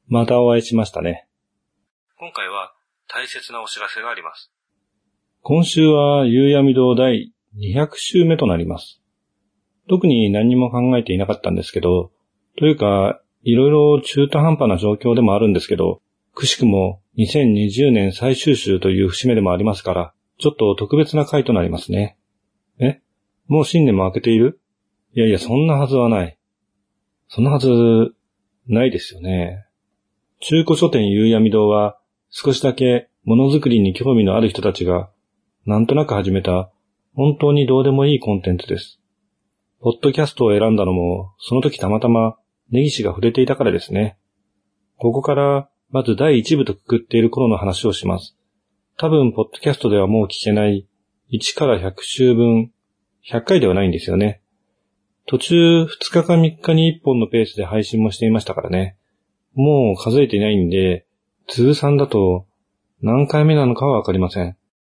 またお会いしましたね。今回は大切なお知らせがあります。今週は夕闇堂第200週目となります。特に何も考えていなかったんですけど、というか、いろいろ中途半端な状況でもあるんですけど、くしくも2020年最終週という節目でもありますから、ちょっと特別な回となりますね。もう新年も明けている？いやいや、そんなはずはない。そんなはず、ないですよね。中古書店夕闇堂は少しだけものづくりに興味のある人たちがなんとなく始めた本当にどうでもいいコンテンツです。ポッドキャストを選んだのもその時たまたま根岸が触れていたからですね。ここからまず第1部とくくっている頃の話をします。多分ポッドキャストではもう聞けない1から100週分、100回ではないんですよね。途中2日か3日に1本のペースで配信もしていましたからね。もう数えていないんで、通算だと何回目なのかはわかりません。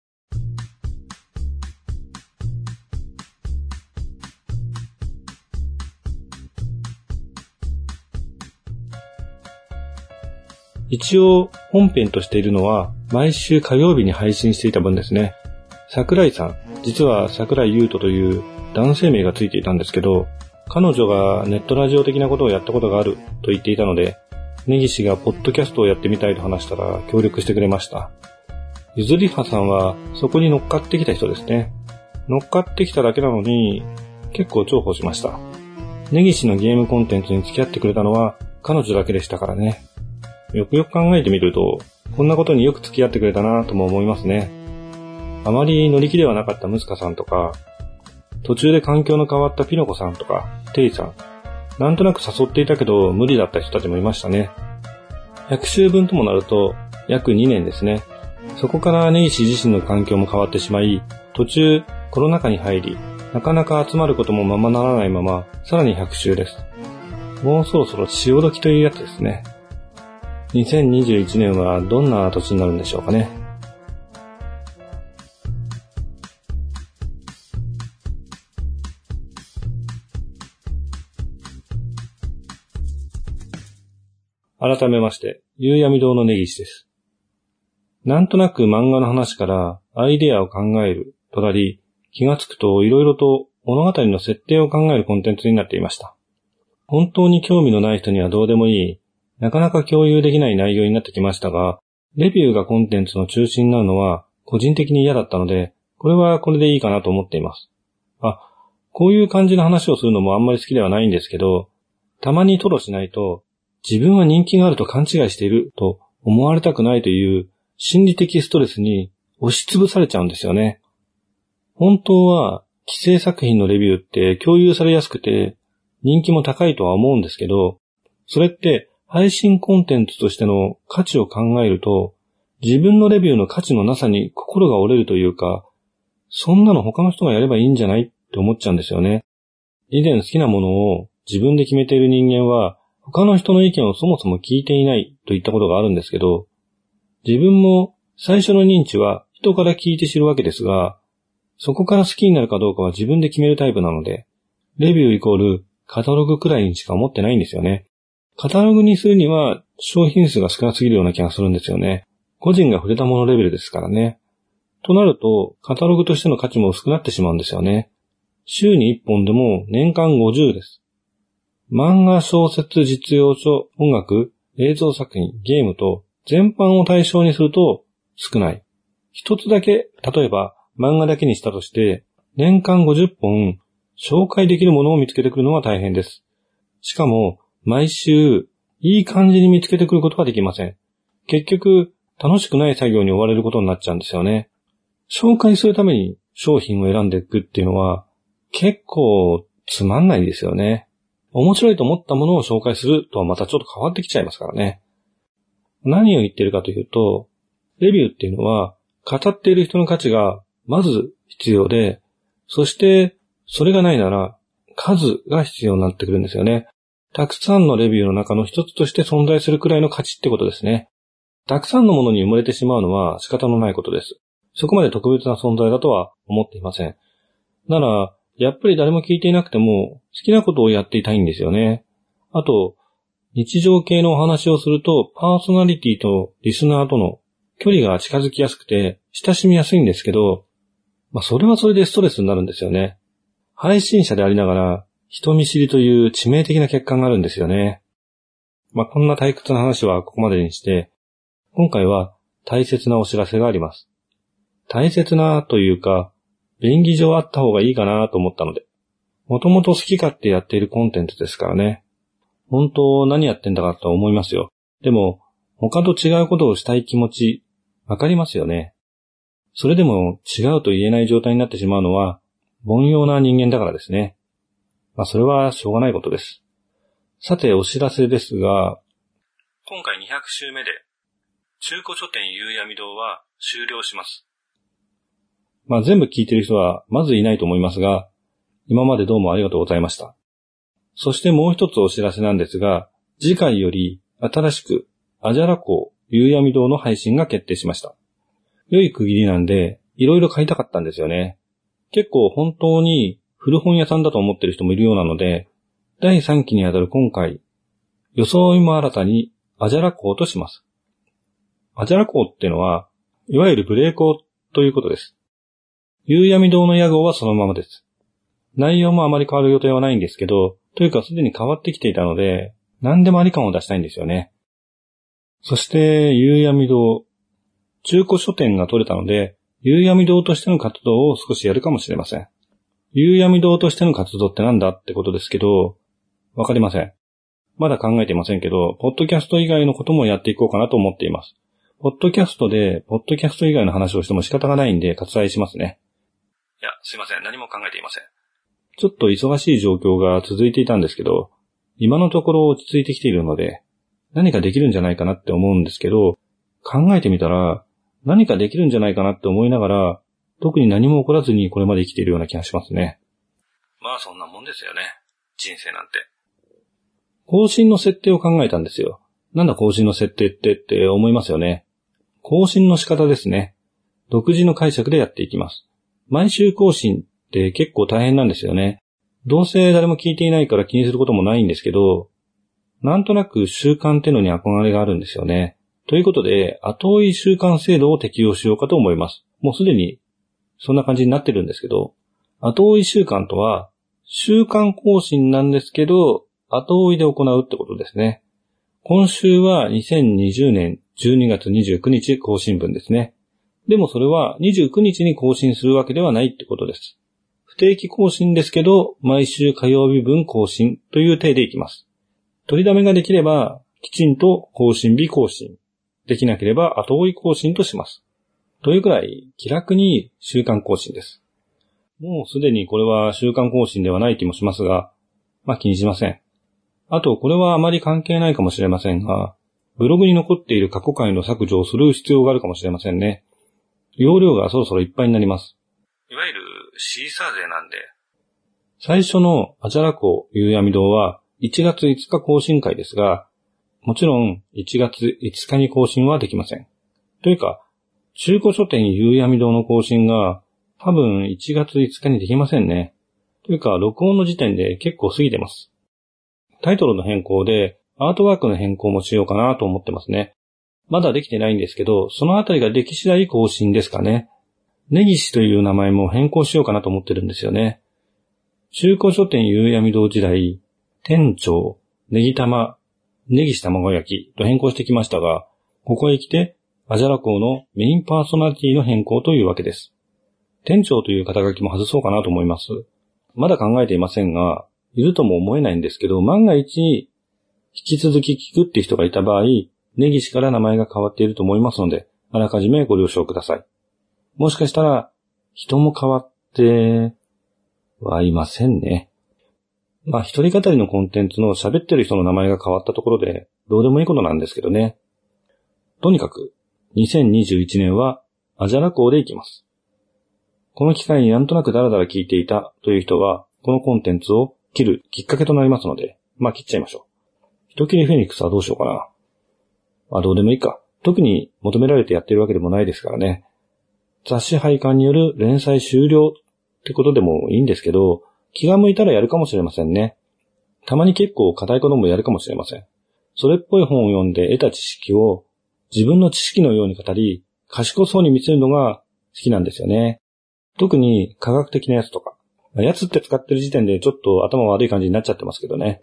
一応本編としているのは毎週火曜日に配信していた分ですね。桜井さん、実は桜井優斗という男性名がついていたんですけど、彼女がネットラジオ的なことをやったことがあると言っていたので、根岸がポッドキャストをやってみたいと話したら協力してくれました。ゆずりはさんはそこに乗っかってきた人ですね。乗っかってきただけなのに結構重宝しました。根岸のゲームコンテンツに付き合ってくれたのは彼女だけでしたからね。よくよく考えてみると、こんなことによく付き合ってくれたなとも思いますね。あまり乗り気ではなかったムスカさんとか、途中で環境の変わったピノコさんとか、テイさん、なんとなく誘っていたけど無理だった人たちもいましたね。100週分ともなると約2年ですね。そこから根岸自身の環境も変わってしまい、途中コロナ禍に入り、なかなか集まることもままならないまま、さらに100週です。もうそろそろ潮時というやつですね。2021年はどんな年になるんでしょうかね。改めまして、夕闇堂の根岸です。なんとなく漫画の話からアイデアを考えるとなり、気がつくと色々と物語の設定を考えるコンテンツになっていました。本当に興味のない人にはどうでもいい、なかなか共有できない内容になってきましたが、レビューがコンテンツの中心になるのは個人的に嫌だったので、これはこれでいいかなと思っています。こういう感じの話をするのもあんまり好きではないんですけど、たまに吐露しないと、自分は人気があると勘違いしていると思われたくないという心理的ストレスに押しつぶされちゃうんですよね。本当は既成作品のレビューって共有されやすくて人気も高いとは思うんですけど、それって配信コンテンツとしての価値を考えると自分のレビューの価値のなさに心が折れるというか、そんなの他の人がやればいいんじゃないって思っちゃうんですよね。以前好きなものを自分で決めている人間は他の人の意見をそもそも聞いていないといったことがあるんですけど、自分も最初の認知は人から聞いて知るわけですが、そこから好きになるかどうかは自分で決めるタイプなので、レビューイコールカタログくらいにしか思ってないんですよね。カタログにするには商品数が少なすぎるような気がするんですよね。個人が触れたものレベルですからね。となると、カタログとしての価値も薄くなってしまうんですよね。週に1本でも年間50です。漫画、小説、実用書、音楽、映像作品、ゲームと全般を対象にすると少ない。一つだけ、例えば漫画だけにしたとして、年間50本紹介できるものを見つけてくるのは大変です。しかも、毎週、いい感じに見つけてくることができません。結局、楽しくない作業に追われることになっちゃうんですよね。紹介するために商品を選んでいくっていうのは、結構つまんないですよね。面白いと思ったものを紹介するとはまたちょっと変わってきちゃいますからね。何を言ってるかというと、レビューっていうのは、語っている人の価値がまず必要で、そしてそれがないなら数が必要になってくるんですよね。たくさんのレビューの中の一つとして存在するくらいの価値ってことですね。たくさんのものに埋もれてしまうのは仕方のないことです。そこまで特別な存在だとは思っていません。なら、やっぱり誰も聞いていなくても好きなことをやっていたいんですよね。あと、 日常系のお話をすると、パーソナリティとリスナーとの距離が近づきやすくて、親しみやすいんですけど、それはそれでストレスになるんですよね。配信者でありながら、人見知りという致命的な欠陥があるんですよね。こんな退屈な話はここまでにして、今回は大切なお知らせがあります。大切なというか、便宜上あった方がいいかなと思ったので。もともと好き勝手やっているコンテンツですからね。本当何やってんだかと思いますよ。でも、他と違うことをしたい気持ち、わかりますよね。それでも違うと言えない状態になってしまうのは、凡庸な人間だからですね。それはしょうがないことです。さて、お知らせですが、今回200週目で、中古書店夕闇堂は終了します。全部聞いている人はまずいないと思いますが、今までどうもありがとうございました。そしてもう一つお知らせなんですが、次回より新しくアジャラ港夕闇堂の配信が決定しました。良い区切りなんで、いろいろ買いたかったんですよね。結構本当に古本屋さんだと思ってる人もいるようなので、第3期にあたる今回、装いも新たにアジャラ港とします。アジャラ港っていうのは、いわゆる無礼講ということです。夕闇堂の屋号はそのままです。内容もあまり変わる予定はないんですけど、というかすでに変わってきていたので、何でもあり感を出したいんですよね。そして、夕闇堂、中古書店が取れたので、夕闇堂としての活動を少しやるかもしれません。夕闇堂としての活動ってなんだってことですけど、わかりません。まだ考えていませんけど、ポッドキャスト以外のこともやっていこうかなと思っています。ポッドキャストで、ポッドキャスト以外の話をしても仕方がないんで割愛しますね。いや、すいません。何も考えていません。ちょっと忙しい状況が続いていたんですけど、今のところ落ち着いてきているので、何かできるんじゃないかなって思うんですけど、考えてみたら、何かできるんじゃないかなって思いながら、特に何も起こらずにこれまで生きているような気がしますね。そんなもんですよね。人生なんて。更新の設定を考えたんですよ。なんだ更新の設定って思いますよね。更新の仕方ですね。独自の解釈でやっていきます。毎週更新って結構大変なんですよね。どうせ誰も聞いていないから気にすることもないんですけど、なんとなく習慣ってのに憧れがあるんですよね。ということで、後追い習慣制度を適用しようかと思います。もうすでにそんな感じになってるんですけど、後追い習慣とは、習慣更新なんですけど、後追いで行うってことですね。今週は2020年12月29日更新分ですね。でもそれは29日に更新するわけではないってことです。不定期更新ですけど、毎週火曜日分更新という体でいきます。取りだめができれば、きちんと更新日更新。できなければ後追い更新とします。というくらい気楽に習慣更新です。もうすでにこれは習慣更新ではない気もしますが、気にしません。あとこれはあまり関係ないかもしれませんが、ブログに残っている過去回の削除をする必要があるかもしれませんね。容量がそろそろいっぱいになります。いわゆるシーサー税なんで。最初のアジャラ港夕闇堂は1月5日更新回ですが、もちろん1月5日に更新はできません。というか、中古書店夕闇堂の更新が多分1月5日にできませんね。というか、録音の時点で結構過ぎてます。タイトルの変更でアートワークの変更もしようかなと思ってますね。まだできてないんですけど、そのあたりができ次第更新ですかね。根岸という名前も変更しようかなと思ってるんですよね。中古書店夕闇堂時代、店長、ネギ玉、根岸卵焼きと変更してきましたが、ここへ来て、アジャラ港のメインパーソナリティの変更というわけです。店長という肩書きも外そうかなと思います。まだ考えていませんが、いるとも思えないんですけど、万が一、引き続き聞くって人がいた場合、根岸から名前が変わっていると思いますので、あらかじめご了承ください。もしかしたら、人も変わってはいませんね。一人語りのコンテンツの喋ってる人の名前が変わったところで、どうでもいいことなんですけどね。とにかく、2021年はアジャラ港で行きます。この機会になんとなくダラダラ聞いていたという人は、このコンテンツを切るきっかけとなりますので、切っちゃいましょう。人切りフェニックスはどうしようかな。どうでもいいか。特に求められてやってるわけでもないですからね。雑誌廃刊による連載終了ってことでもいいんですけど、気が向いたらやるかもしれませんね。たまに結構硬いこともやるかもしれません。 それっぽい本を読んで得た知識を自分の知識のように語り、賢そうに見せるのが好きなんですよね。特に科学的なやつとか。やつって使ってる時点でちょっと頭悪い感じになっちゃってますけどね。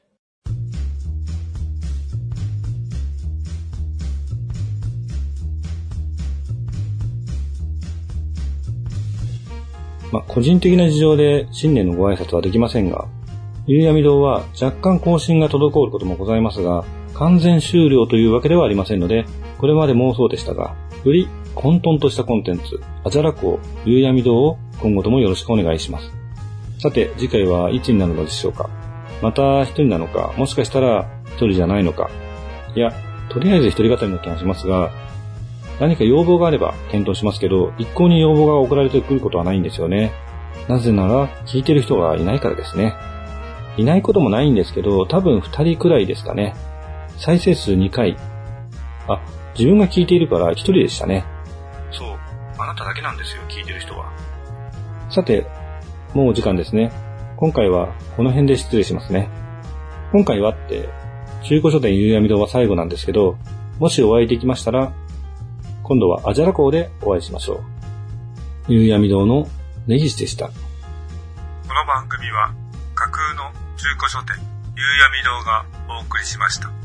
個人的な事情で新年のご挨拶はできませんが、夕闇堂は若干更新が滞ることもございますが、完全終了というわけではありませんので、これまでもそうでしたが、より混沌としたコンテンツ、あじゃらこう、夕闇堂を今後ともよろしくお願いします。さて、次回はいつになるのでしょうか。また一人なのか、もしかしたら一人じゃないのか。いや、とりあえず一人語りの気がしますが、何か要望があれば検討しますけど、一向に要望が送られてくることはないんですよね。なぜなら、聞いてる人がいないからですね。いないこともないんですけど、多分2人くらいですかね。再生数2回。自分が聞いているから1人でしたね。そう、あなただけなんですよ、聞いてる人は。さて、もうお時間ですね。今回はこの辺で失礼しますね。今回はって、中古書店夕闇堂は最後なんですけど、もしお会いできましたら、今度はあじゃらこうでお会いしましょう。夕闇堂の根岸でした。 この番組は架空の中古書店夕闇堂がお送りしました。